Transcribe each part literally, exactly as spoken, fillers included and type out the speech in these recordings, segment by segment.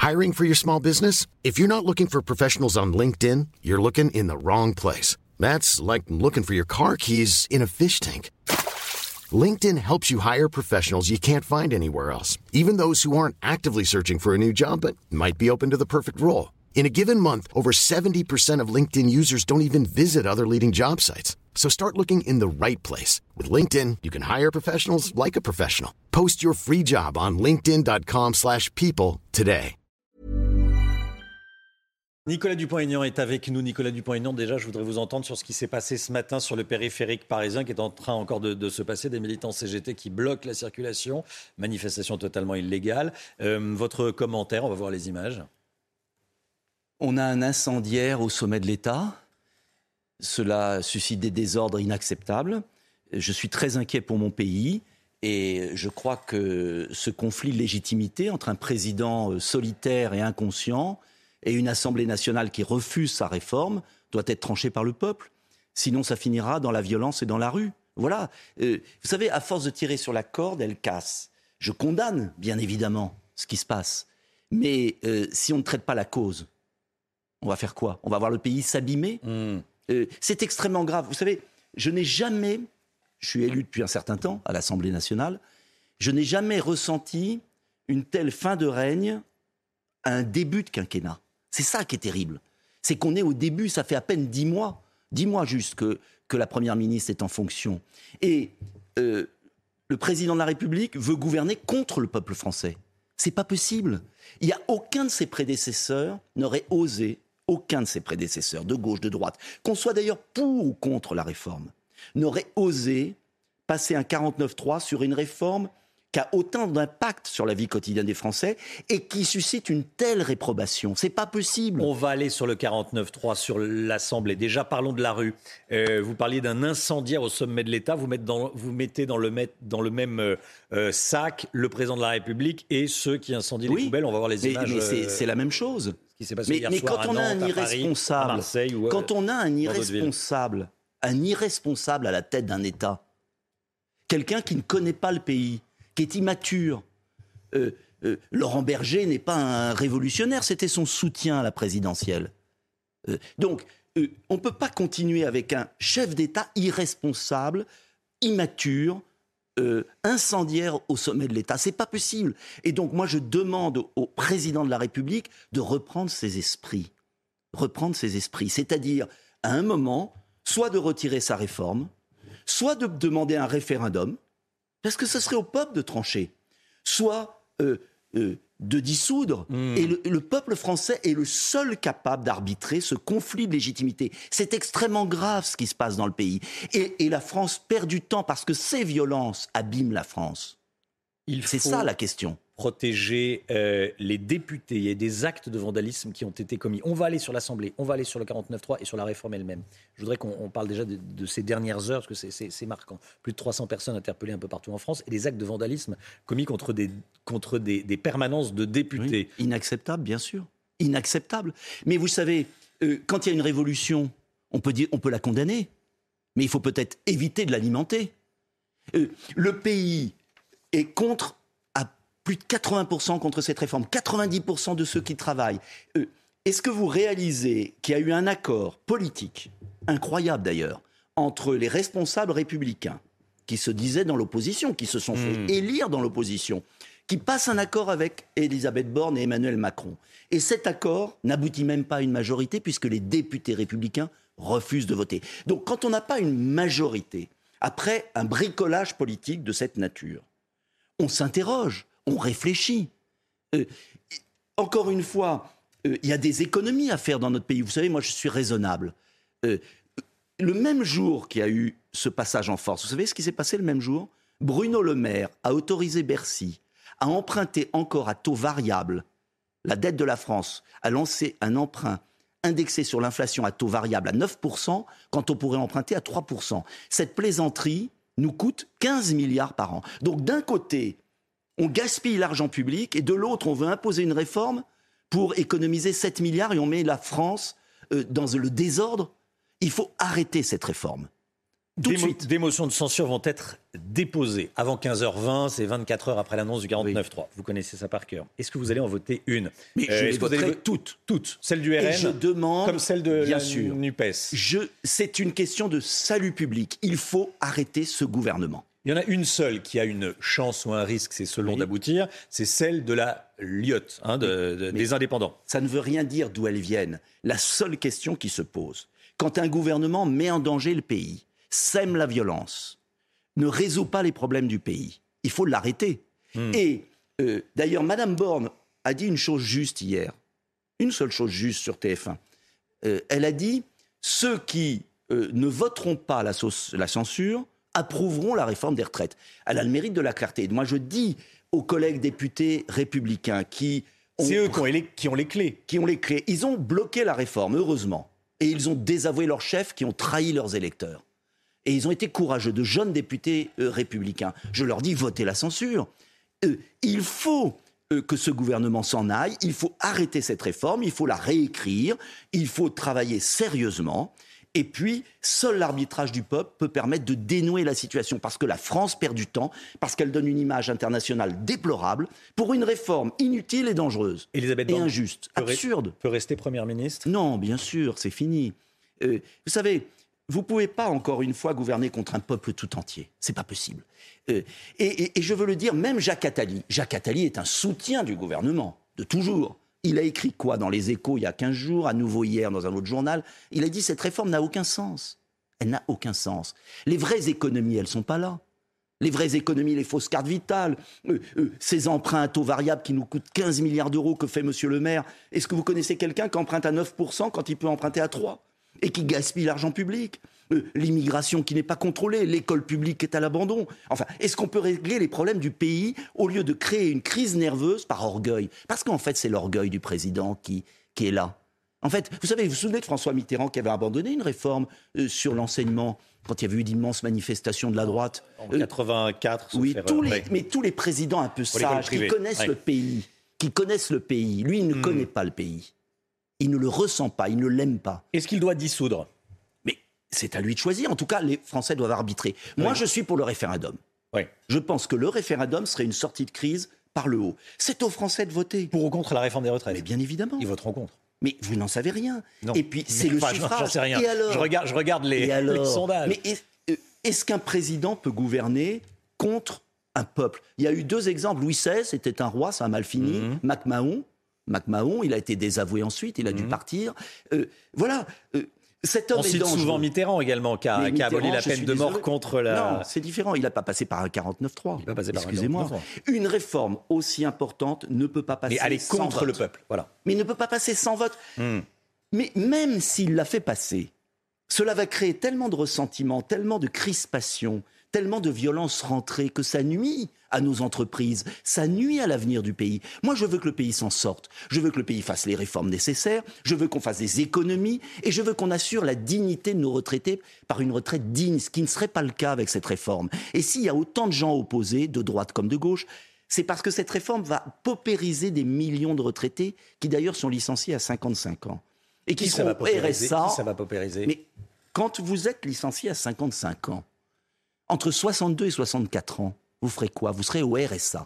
Hiring for your small business? If you're not looking for professionals on LinkedIn, you're looking in the wrong place. That's like looking for your car keys in a fish tank. LinkedIn helps you hire professionals you can't find anywhere else, even those who aren't actively searching for a new job but might be open to the perfect role. In a given month, over seventy percent of LinkedIn users don't even visit other leading job sites. So start looking in the right place. With LinkedIn, you can hire professionals like a professional. Post your free job on linkedin.com slash people today. Nicolas Dupont-Aignan est avec nous. Nicolas Dupont-Aignan, déjà, je voudrais vous entendre sur ce qui s'est passé ce matin sur le périphérique parisien, qui est en train encore de, de se passer. Des militants C G T qui bloquent la circulation. Manifestation totalement illégale. Euh, votre commentaire, on va voir les images. On a un incendiaire au sommet de l'État. Cela suscite des désordres inacceptables. Je suis très inquiet pour mon pays. Et je crois que ce conflit de légitimité entre un président solitaire et inconscient et une Assemblée nationale qui refuse sa réforme doit être tranché par le peuple. Sinon, ça finira dans la violence et dans la rue. Voilà. Euh, vous savez, à force de tirer sur la corde, elle casse. Je condamne, bien évidemment, ce qui se passe. Mais euh, si on ne traite pas la cause, on va faire quoi ? On va voir le pays s'abîmer ? mmh. euh, C'est extrêmement grave. Vous savez, je n'ai jamais, je suis élu depuis un certain temps à l'Assemblée nationale, je n'ai jamais ressenti une telle fin de règne à un début de quinquennat. C'est ça qui est terrible. C'est qu'on est au début, ça fait à peine dix mois, dix mois juste que, que la Première ministre est en fonction. Et euh, le président de la République veut gouverner contre le peuple français. C'est pas possible. Il n'y a aucun de ses prédécesseurs n'aurait osé, aucun de ses prédécesseurs, de gauche, de droite, qu'on soit d'ailleurs pour ou contre la réforme, n'aurait osé passer un quarante-neuf trois sur une réforme qui a autant d'impact sur la vie quotidienne des Français et qui suscite une telle réprobation. C'est pas possible. On va aller sur le quarante-neuf trois, sur l'Assemblée. Déjà, parlons de la rue. Euh, vous parliez d'un incendiaire au sommet de l'État. Vous mettez dans, vous mettez dans, le, dans le même euh, sac le président de la République et ceux qui incendient les oui, poubelles. On va voir les mais, images. Mais c'est, euh, c'est la même chose. Ce qui s'est passé mais hier mais soir quand on à a Nantes, un à Paris, irresponsable, à Marseille, ou, quand on a un irresponsable, villes. un irresponsable à la tête d'un État, quelqu'un qui ne connaît pas le pays, qui est immature. Euh, euh, Laurent Berger n'est pas un révolutionnaire, c'était son soutien à la présidentielle. Euh, donc, euh, on ne peut pas continuer avec un chef d'État irresponsable, immature, euh, incendiaire au sommet de l'État. C'est pas possible. Et donc, moi, je demande au président de la République de reprendre ses esprits. Reprendre ses esprits. C'est-à-dire, à un moment, soit de retirer sa réforme, soit de demander un référendum, parce que ce serait au peuple de trancher, soit euh, euh, de dissoudre. Mmh. Et le, le peuple français est le seul capable d'arbitrer ce conflit de légitimité. C'est extrêmement grave ce qui se passe dans le pays. Et, et la France perd du temps parce que ces violences abîment la France. Il C'est faut ça la question. Protéger euh, les députés. Il y a des actes de vandalisme qui ont été commis. On va aller sur l'Assemblée, on va aller sur le quarante-neuf trois et sur la réforme elle-même. Je voudrais qu'on on parle déjà de, de ces dernières heures, parce que c'est, c'est, c'est marquant. Plus de trois cents personnes interpellées un peu partout en France et des actes de vandalisme commis contre des, contre des, des permanences de députés. Oui, inacceptable, bien sûr. Inacceptable. Mais vous savez, euh, quand il y a une révolution, on peut, dire, on peut la condamner, mais il faut peut-être éviter de l'alimenter. Euh, le pays est contre... plus de quatre-vingts pour cent contre cette réforme, quatre-vingt-dix pour cent de ceux qui travaillent. Euh, est-ce que vous réalisez qu'il y a eu un accord politique, incroyable d'ailleurs, entre les responsables républicains, qui se disaient dans l'opposition, qui se sont fait mmh. élire dans l'opposition, qui passent un accord avec Elisabeth Borne et Emmanuel Macron. Et cet accord n'aboutit même pas à une majorité, puisque les députés républicains refusent de voter. Donc quand on n'a pas une majorité, après un bricolage politique de cette nature, on s'interroge. On réfléchit. Euh, encore une fois, il euh, y a des économies à faire dans notre pays. Vous savez, moi, je suis raisonnable. Euh, le même jour qu'il y a eu ce passage en force, vous savez ce qui s'est passé le même jour ? Bruno Le Maire a autorisé Bercy à emprunter encore à taux variable la dette de la France, a lancé un emprunt indexé sur l'inflation à taux variable à neuf pour cent, quand on pourrait emprunter à trois pour cent. Cette plaisanterie nous coûte quinze milliards par an. Donc d'un côté, on gaspille l'argent public et de l'autre, on veut imposer une réforme pour économiser sept milliards et on met la France euh, dans le désordre. Il faut arrêter cette réforme. Tout des, de mo- suite. des motions de censure vont être déposées avant quinze heures vingt, c'est vingt-quatre heures après l'annonce du quarante-neuf trois. Vous connaissez ça par cœur. Est-ce que vous allez en voter une? Mais Euh, je les est-ce que vous allez voterai vo- toutes. Toutes. Celle du R N Et je demande, comme celle de bien la sûr. NUPES. Je, c'est une question de salut public. Il faut arrêter ce gouvernement. Il y en a une seule qui a une chance ou un risque, c'est selon Oui. d'aboutir, c'est celle de la Lyotte, hein, de- de- Mais- des indépendants. Ça ne veut rien dire d'où elles viennent. La seule question qui se pose, quand un gouvernement met en danger le pays, sème la violence, ne résout pas les problèmes du pays, il faut l'arrêter. Hmm. Et euh, d'ailleurs, Madame Borne a dit une chose juste hier, une seule chose juste sur T F un. Euh, elle a dit « Ceux qui euh, ne voteront pas la, sauce- la censure approuveront la réforme des retraites ». Elle a le mérite de la clarté. Moi, je dis aux collègues députés républicains qui ont, C'est eux qui ont, les, qui ont les clés. qui ont les clés, ils ont bloqué la réforme, heureusement. Et ils ont désavoué leurs chefs qui ont trahi leurs électeurs. Et ils ont été courageux, de jeunes députés euh, républicains. Je leur dis, votez la censure. Euh, il faut euh, que ce gouvernement s'en aille, il faut arrêter cette réforme, il faut la réécrire, il faut travailler sérieusement. Et puis, seul l'arbitrage du peuple peut permettre de dénouer la situation. Parce que la France perd du temps, parce qu'elle donne une image internationale déplorable, pour une réforme inutile et dangereuse. Elisabeth Et Borne injuste, peut re- absurde. peut rester Première ministre. Non, bien sûr, c'est fini. Euh, vous savez, vous ne pouvez pas, encore une fois, gouverner contre un peuple tout entier. C'est pas possible. Euh, et, et- et je veux le dire, même Jacques Attali. Jacques Attali est un soutien du gouvernement, de toujours. Il a écrit quoi dans Les Échos il y a quinze jours, à nouveau hier dans un autre journal? Il a dit cette réforme n'a aucun sens. Elle n'a aucun sens. Les vraies économies, elles ne sont pas là. Les vraies économies, les fausses cartes vitales, euh, euh, ces emprunts à taux variable qui nous coûtent quinze milliards d'euros que fait Monsieur le maire. Est-ce que vous connaissez quelqu'un qui emprunte à neuf pour cent quand il peut emprunter à trois et qui gaspille l'argent public? Euh, l'immigration qui n'est pas contrôlée, l'école publique qui est à l'abandon. Enfin, est-ce qu'on peut régler les problèmes du pays au lieu de créer une crise nerveuse par orgueil? Parce qu'en fait, c'est l'orgueil du président qui, qui est là. En fait, vous savez, vous vous souvenez de François Mitterrand qui avait abandonné une réforme euh, sur l'enseignement quand il y avait eu d'immenses manifestations de la droite? En Euh, quatre-vingt-quatre, sauf oui, erreur. tous les, Ouais. mais tous les présidents un peu Pour l'école sages, qui privée, connaissent ouais. le pays, qui connaissent le pays, lui, il ne Hmm. connaît pas le pays. Il ne le ressent pas, il ne l'aime pas. Est-ce qu'il doit dissoudre? Mais c'est à lui de choisir. En tout cas, les Français doivent arbitrer. Moi, Oui. je suis pour le référendum. Oui. Je pense que le référendum serait une sortie de crise par le haut. C'est aux Français de voter. Pour ou contre la réforme des retraites? Mais bien évidemment. Ils voteront contre. Mais vous n'en savez rien. Non. Et puis, c'est Mais le enfin, j'en- suffrage. J'en sais rien. Et alors je regarde, je regarde les, Et alors les sondages. Mais est, euh, est-ce qu'un président peut gouverner contre un peuple? Il y a eu deux exemples. Louis seize, c'était un roi, ça a mal fini. Mhm. MacMahon, MacMahon, il a été désavoué ensuite, il a dû Mhm. partir. Euh, voilà. Euh, cet homme On est cite dangereux. souvent Mitterrand également, qui a, Mais qui a aboli Mitterrand, la je peine suis de mort désolé. contre la... Non, c'est différent. Il n'a pas passé par un quarante-neuf trois. Il n'est pas passé par un Excusez-moi. quarante-neuf. Une réforme aussi importante ne peut pas passer Mais aller sans contre vote. le peuple. Voilà. Mais il ne peut pas passer sans vote. Hmm. Mais même s'il l'a fait passer, cela va créer tellement de ressentiment, tellement de crispation, tellement de violence rentrée que ça nuit à nos entreprises, ça nuit à l'avenir du pays. Moi, je veux que le pays s'en sorte. Je veux que le pays fasse les réformes nécessaires, je veux qu'on fasse des économies et je veux qu'on assure la dignité de nos retraités par une retraite digne, ce qui ne serait pas le cas avec cette réforme. Et s'il y a autant de gens opposés, de droite comme de gauche, c'est parce que cette réforme va paupériser des millions de retraités qui d'ailleurs sont licenciés à cinquante-cinq ans. Et qui Qui ça seront va au paupériser? R S A. Qui ça va paupériser? Mais quand vous êtes licencié à cinquante-cinq ans, entre soixante-deux et soixante-quatre ans, vous ferez quoi? Vous serez au R S A.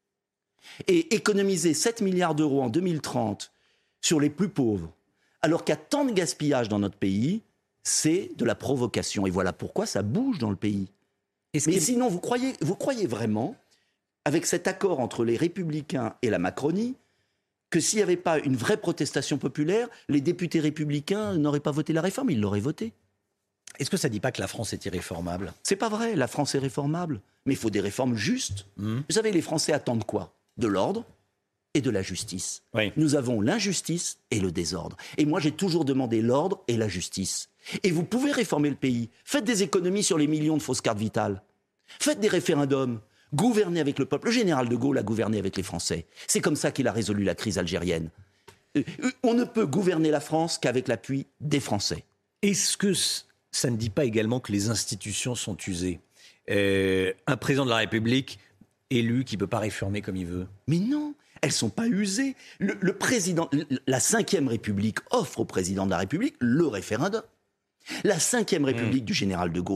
Et économiser sept milliards d'euros en deux mille trente sur les plus pauvres, alors qu'il y a tant de gaspillage dans notre pays, c'est de la provocation. Et voilà pourquoi ça bouge dans le pays. Est-ce Mais qu'il- sinon, vous croyez, vous croyez vraiment, avec cet accord entre les Républicains et la Macronie, que s'il n'y avait pas une vraie protestation populaire, les députés républicains n'auraient pas voté la réforme, ils l'auraient votée. Est-ce que ça ne dit pas que la France est irréformable? C'est pas vrai, la France est réformable. Mais il faut des réformes justes. Hmm. Vous savez, les Français attendent quoi? De l'ordre et de la justice. Oui. Nous avons l'injustice et le désordre. Et moi, j'ai toujours demandé l'ordre et la justice. Et vous pouvez réformer le pays. Faites des économies sur les millions de fausses cartes vitales. Faites des référendums. Gouvernez avec le peuple. Le général de Gaulle a gouverné avec les Français. C'est comme ça qu'il a résolu la crise algérienne. Euh, On ne peut gouverner la France qu'avec l'appui des Français. Est-ce que c- ça ne dit pas également que les institutions sont usées? Euh, un président de la République élu qui ne peut pas réformer comme il veut. Mais non, elles sont pas usées. Le, le président, la cinquième République offre au président de la République le référendum. La cinquième République du général de Gaulle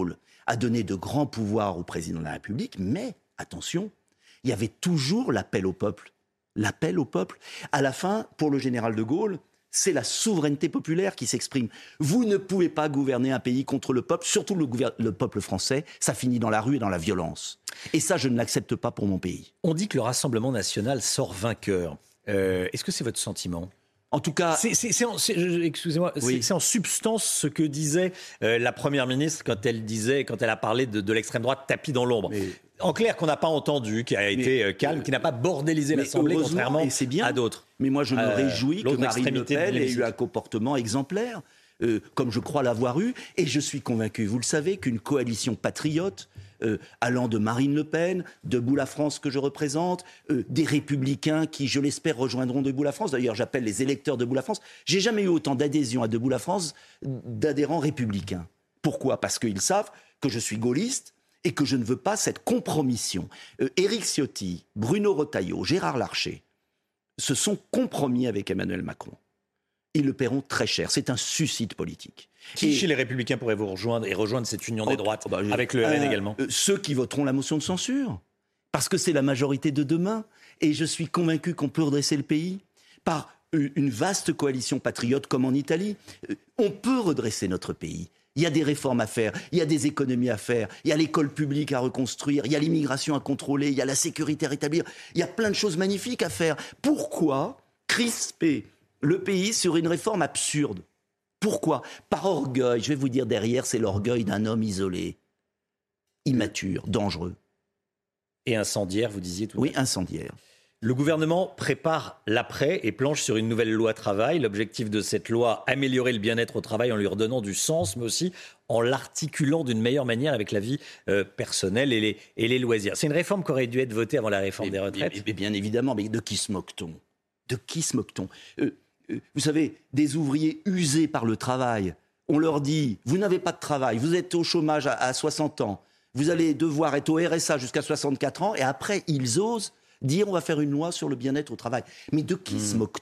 a donné de grands pouvoirs au président de la République, mais, attention, il y avait toujours l'appel au peuple. L'appel au peuple. À la fin, pour le général de Gaulle, c'est la souveraineté populaire qui s'exprime. Vous ne pouvez pas gouverner un pays contre le peuple, surtout le, gouver- le peuple français. Ça finit dans la rue et dans la violence. Et ça, je ne l'accepte pas pour mon pays. On dit que le Rassemblement national sort vainqueur. Euh, est-ce que c'est votre sentiment ? En tout cas, c'est, c'est, c'est en, c'est, excusez-moi, oui. c'est, c'est en substance ce que disait euh, la première ministre quand elle disait, quand elle a parlé de, de l'extrême droite tapis dans l'ombre. Mais... En clair, qu'on n'a pas entendu, qui a été mais, calme, qui n'a pas bordélisé l'Assemblée, contrairement et c'est bien. à d'autres. Mais moi, je me réjouis euh, que Marine Le Pen ait eu un comportement exemplaire, euh, comme je crois l'avoir eu, et je suis convaincu, vous le savez, qu'une coalition patriote, euh, allant de Marine Le Pen, Debout la France que je représente, euh, des Républicains qui, je l'espère, rejoindront Debout la France. D'ailleurs, j'appelle les électeurs Debout la France. J'ai jamais eu autant d'adhésion à Debout la France d'adhérents républicains. Pourquoi ? Parce qu'ils savent que je suis gaulliste, et que je ne veux pas cette compromission. Euh, Éric Ciotti, Bruno Retailleau, Gérard Larcher se sont compromis avec Emmanuel Macron. Ils le paieront très cher. C'est un suicide politique. Qui, et, chez les Républicains, pourrait vous rejoindre et rejoindre cette union des droites, oh, bah, avec le R N euh, également euh, Ceux qui voteront la motion de censure. Parce que c'est la majorité de demain. Et je suis convaincu qu'on peut redresser le pays par une vaste coalition patriote comme en Italie. Euh, on peut redresser notre pays. Il y a des réformes à faire, il y a des économies à faire, il y a l'école publique à reconstruire, il y a l'immigration à contrôler, il y a la sécurité à rétablir. Il y a plein de choses magnifiques à faire. Pourquoi crisper le pays sur une réforme absurde ? Pourquoi ? Par orgueil. Je vais vous dire, derrière, c'est l'orgueil d'un homme isolé, immature, dangereux. Et incendiaire, vous disiez tout à l'heure. Oui, incendiaire. Le gouvernement prépare l'après et planche sur une nouvelle loi travail. L'objectif de cette loi, améliorer le bien-être au travail en lui redonnant du sens, mais aussi en l'articulant d'une meilleure manière avec la vie euh, personnelle et les, et les loisirs. C'est une réforme qui aurait dû être votée avant la réforme mais, des retraites. Mais, mais bien évidemment, mais de qui se moque-t-on ? De qui se moque-t-on ? euh, euh, Vous savez, des ouvriers usés par le travail, on leur dit, vous n'avez pas de travail, vous êtes au chômage à, à soixante ans, vous allez devoir être au R S A jusqu'à soixante-quatre ans, et après, ils osent dire on va faire une loi sur le bien-être au travail. Mais de qui mmh. se moque-t-on ?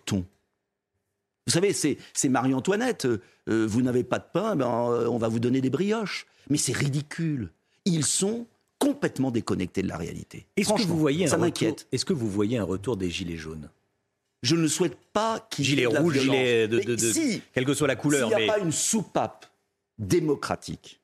Vous savez, c'est, c'est Marie-Antoinette. Euh, vous n'avez pas de pain, ben, euh, on va vous donner des brioches. Mais c'est ridicule. Ils sont complètement déconnectés de la réalité. Est-ce que vous voyez ça un m'inquiète. Retour, est-ce que vous voyez un retour des gilets jaunes ? Je ne souhaite pas qu'il y ait gilets de la rouges, violence. gilets de, de, de, si, quelle que soit la couleur. S'il n'y a mais... pas une soupape démocratique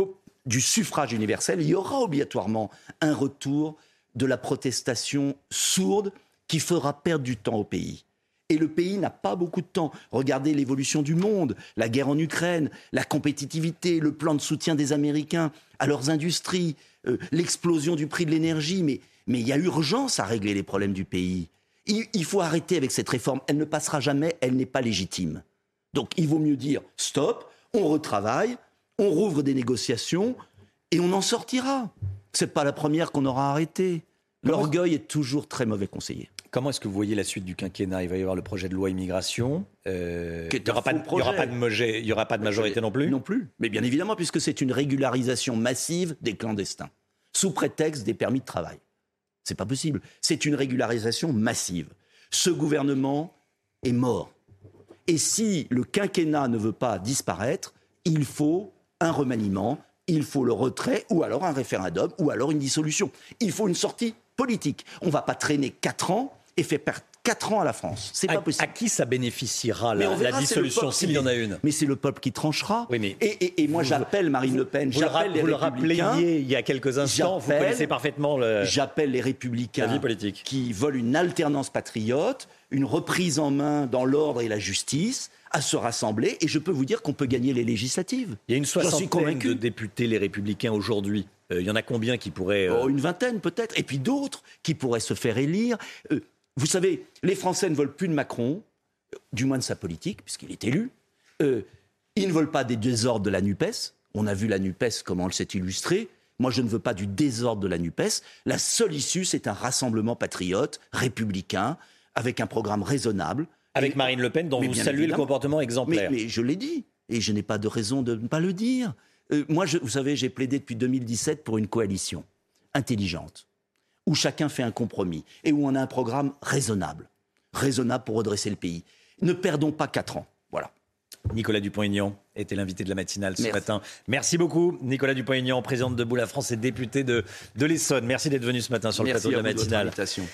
du suffrage universel, il y aura obligatoirement un retour de la protestation sourde qui fera perdre du temps au pays. Et le pays n'a pas beaucoup de temps. Regardez l'évolution du monde, la guerre en Ukraine, la compétitivité, le plan de soutien des Américains à leurs industries, euh, l'explosion du prix de l'énergie. Mais, mais il y a urgence à régler les problèmes du pays. Il, il faut arrêter avec cette réforme. Elle ne passera jamais, elle n'est pas légitime. Donc il vaut mieux dire stop, on retravaille, on rouvre des négociations et on en sortira. C'est pas la première qu'on aura arrêtée. L'orgueil est toujours très mauvais conseiller. Comment est-ce que vous voyez la suite du quinquennat ? Il va y avoir le projet de loi immigration. Euh, il n'y aura, aura pas de moje- il y aura pas de majorité non plus ? Non plus. Mais bien évidemment, puisque c'est une régularisation massive des clandestins, sous prétexte des permis de travail. C'est pas possible. C'est une régularisation massive. Ce gouvernement est mort. Et si le quinquennat ne veut pas disparaître, il faut un remaniement, il faut le retrait, ou alors un référendum, ou alors une dissolution. Il faut une sortie politique. On ne va pas traîner quatre ans et faire perdre quatre ans à la France. C'est à, pas possible. À qui ça bénéficiera, la, verra, la dissolution, s'il y en a une ? Mais c'est le peuple qui tranchera. Oui, mais et, et, et moi, vous, j'appelle Marine vous, Le Pen, vous j'appelle le, les vous Républicains. Vous le rappeliez il y a quelques instants, vous connaissez parfaitement le, j'appelle les Républicains la vie politique, qui veulent une alternance patriote, une reprise en main dans l'ordre et la justice, à se rassembler. Et je peux vous dire qu'on peut gagner les législatives. Il y a une soixantaine de députés, les Républicains, aujourd'hui. Euh, il y en a combien qui pourraient... Euh... Oh, une vingtaine peut-être. Et puis d'autres qui pourraient se faire élire. Euh, vous savez, les Français ne veulent plus de Macron, du moins de sa politique, puisqu'il est élu. Euh, ils ne veulent pas des désordres de la NUPES. On a vu la NUPES, comment elle s'est illustrée. Moi, je ne veux pas du désordre de la NUPES. La seule issue, c'est un rassemblement patriote, républicain, avec un programme raisonnable. Avec et, Marine Le Pen, dont vous saluez évidemment. Le comportement exemplaire. Mais, mais je l'ai dit, et je n'ai pas de raison de ne pas le dire. Euh, moi, je, vous savez, j'ai plaidé depuis deux mille dix-sept pour une coalition intelligente, où chacun fait un compromis, et où on a un programme raisonnable. Raisonnable pour redresser le pays. Ne perdons pas quatre ans. Voilà. Nicolas Dupont-Aignan était l'invité de la matinale ce Merci. matin. Merci beaucoup, Nicolas Dupont-Aignan, président de Debout la France et député de, de l'Essonne. Merci d'être venu ce matin sur le Merci plateau de la à vous de votre matinale. invitation.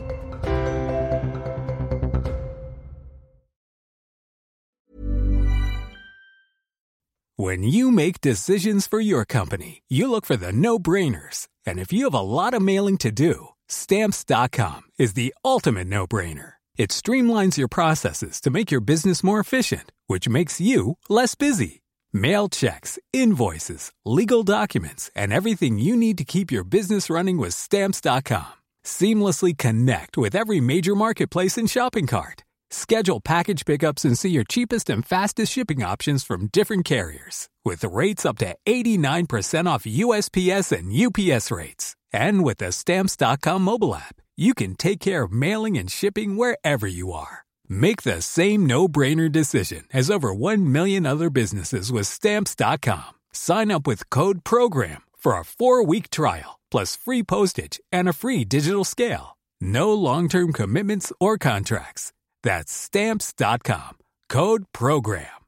When you make decisions for your company, you look for the no-brainers. And if you have a lot of mailing to do, Stamps dot com is the ultimate no-brainer. It streamlines your processes to make your business more efficient, which makes you less busy. Mail checks, invoices, legal documents, and everything you need to keep your business running with Stamps dot com. Seamlessly connect with every major marketplace and shopping cart. Schedule package pickups and see your cheapest and fastest shipping options from different carriers. With rates up to eighty-nine percent off U S P S and U P S rates. And with the Stamps dot com mobile app, you can take care of mailing and shipping wherever you are. Make the same no-brainer decision as over one million other businesses with Stamps dot com. Sign up with code PROGRAM for a four-week trial, plus free postage and a free digital scale. No long-term commitments or contracts. That's Stamps dot com. Code PROGRAM.